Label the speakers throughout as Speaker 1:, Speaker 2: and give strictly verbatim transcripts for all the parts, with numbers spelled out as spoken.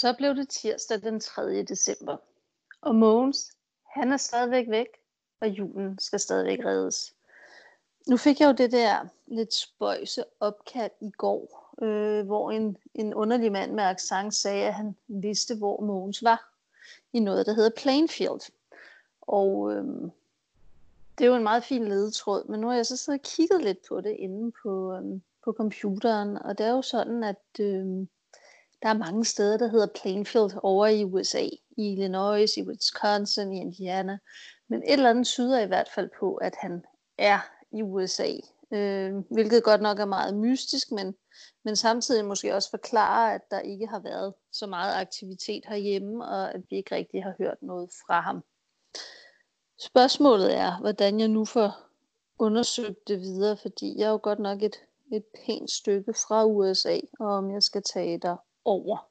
Speaker 1: Så blev det tirsdag den tredje december, og Mogens, han er stadigvæk væk, og julen skal stadigvæk reddes. Nu fik jeg jo det der lidt spøjse opkald i går, øh, hvor en, en underlig mand med accent sagde, at han vidste, hvor Mogens var, i noget, der hedder Plainfield. Og øh, det er jo en meget fin ledetråd, men nu har jeg så siddet og kigget lidt på det inde på, øh, på computeren, og det er jo sådan, at øh, der er mange steder, der hedder Plainfield over i U S A, i Illinois, i Wisconsin, i Indiana, men et eller andet tyder i hvert fald på, at han er i U S A, øh, hvilket godt nok er meget mystisk, men, men samtidig måske også forklarer, at der ikke har været så meget aktivitet herhjemme, og at vi ikke rigtig har hørt noget fra ham. Spørgsmålet er, hvordan jeg nu får undersøgt det videre, fordi jeg er jo godt nok et, et pænt stykke fra U S A, og om jeg skal tage der over.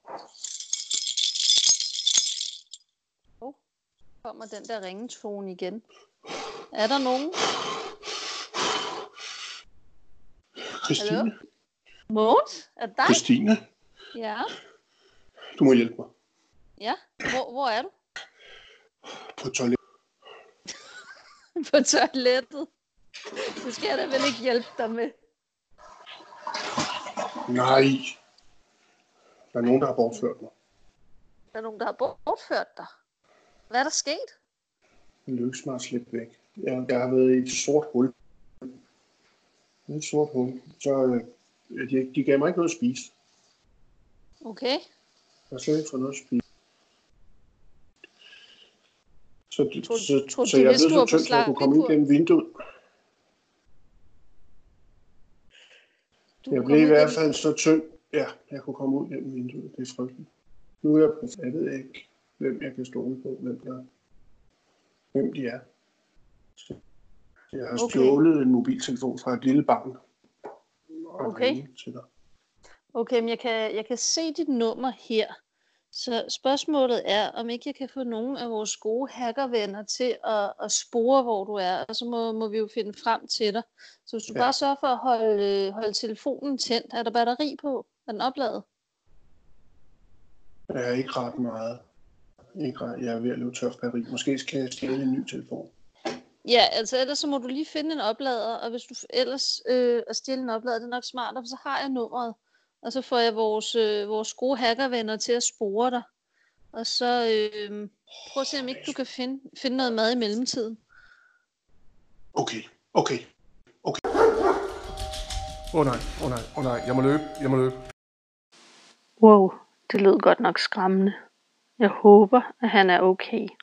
Speaker 1: Oh, kommer den der ringetone igen. Er der nogen?
Speaker 2: Christine.
Speaker 1: Hallo? Mogens? Er det dig?
Speaker 2: Christine.
Speaker 1: Ja.
Speaker 2: Du må hjælpe mig.
Speaker 1: Ja? Hvor, hvor er du?
Speaker 2: På toilettet.
Speaker 1: På toilettet? Det skal jeg da vel ikke hjælpe dig med.
Speaker 2: Nej. Der er nogen, der har bortført mig.
Speaker 1: Der er nogen, der har bortført dig? Hvad er der sket?
Speaker 2: Det lykkes mig at slippe væk. Jeg, jeg har været i et sort hul. Et sort hul. Så øh, de, de gav mig ikke noget at spise.
Speaker 1: Okay.
Speaker 2: Jeg har slet ikke fået noget at spise. Så,
Speaker 1: Tror,
Speaker 2: så,
Speaker 1: tror,
Speaker 2: så
Speaker 1: de
Speaker 2: jeg
Speaker 1: vidste,
Speaker 2: blev
Speaker 1: du var
Speaker 2: så
Speaker 1: på
Speaker 2: tyndt, at jeg kunne komme ind
Speaker 1: slankekur?
Speaker 2: gennem vinduet.
Speaker 1: Du
Speaker 2: Jeg
Speaker 1: kunne
Speaker 2: blev i
Speaker 1: komme
Speaker 2: hvert
Speaker 1: ud
Speaker 2: fald så tynd, ja, jeg kunne komme ud gennem vinduet. Det er frygteligt. Nu er jeg på, jeg ved ikke, hvem jeg kan stole på, hvem, jeg, hvem de er. Så jeg har
Speaker 1: Okay.
Speaker 2: stjålet en mobiltelefon fra et lille barn. Og
Speaker 1: Okay.
Speaker 2: ringet til dig.
Speaker 1: Okay, men jeg kan, jeg kan se dit nummer her. Så spørgsmålet er, om ikke jeg kan få nogle af vores gode hackervenner til at, at spore, hvor du er, og så må, må vi jo finde frem til dig. Så hvis du
Speaker 2: Ja.
Speaker 1: bare sørger for at holde, holde telefonen tændt, er der batteri på? Er den opladet?
Speaker 2: Jeg er ikke ret meget. Ikke ret, jeg er ved at løbe tør for batteri. Måske skal jeg stjæle en ny telefon.
Speaker 1: Ja, altså ellers så må du lige finde en oplader, og hvis du f- ellers øh, at stille en oplader, det er nok smartere, for så har jeg nummeret, og så får jeg vores, øh, vores gode hackervenner til at spore dig. Og så øh, prøv at se, om ikke du kan finde, finde noget mad i mellemtiden.
Speaker 2: Okay, okay, okay.
Speaker 3: Åh oh, nej, åh oh, nej, åh oh, nej, jeg må løbe, jeg må løbe.
Speaker 1: Wow, det lød godt nok skræmmende. Jeg håber, at han er okay.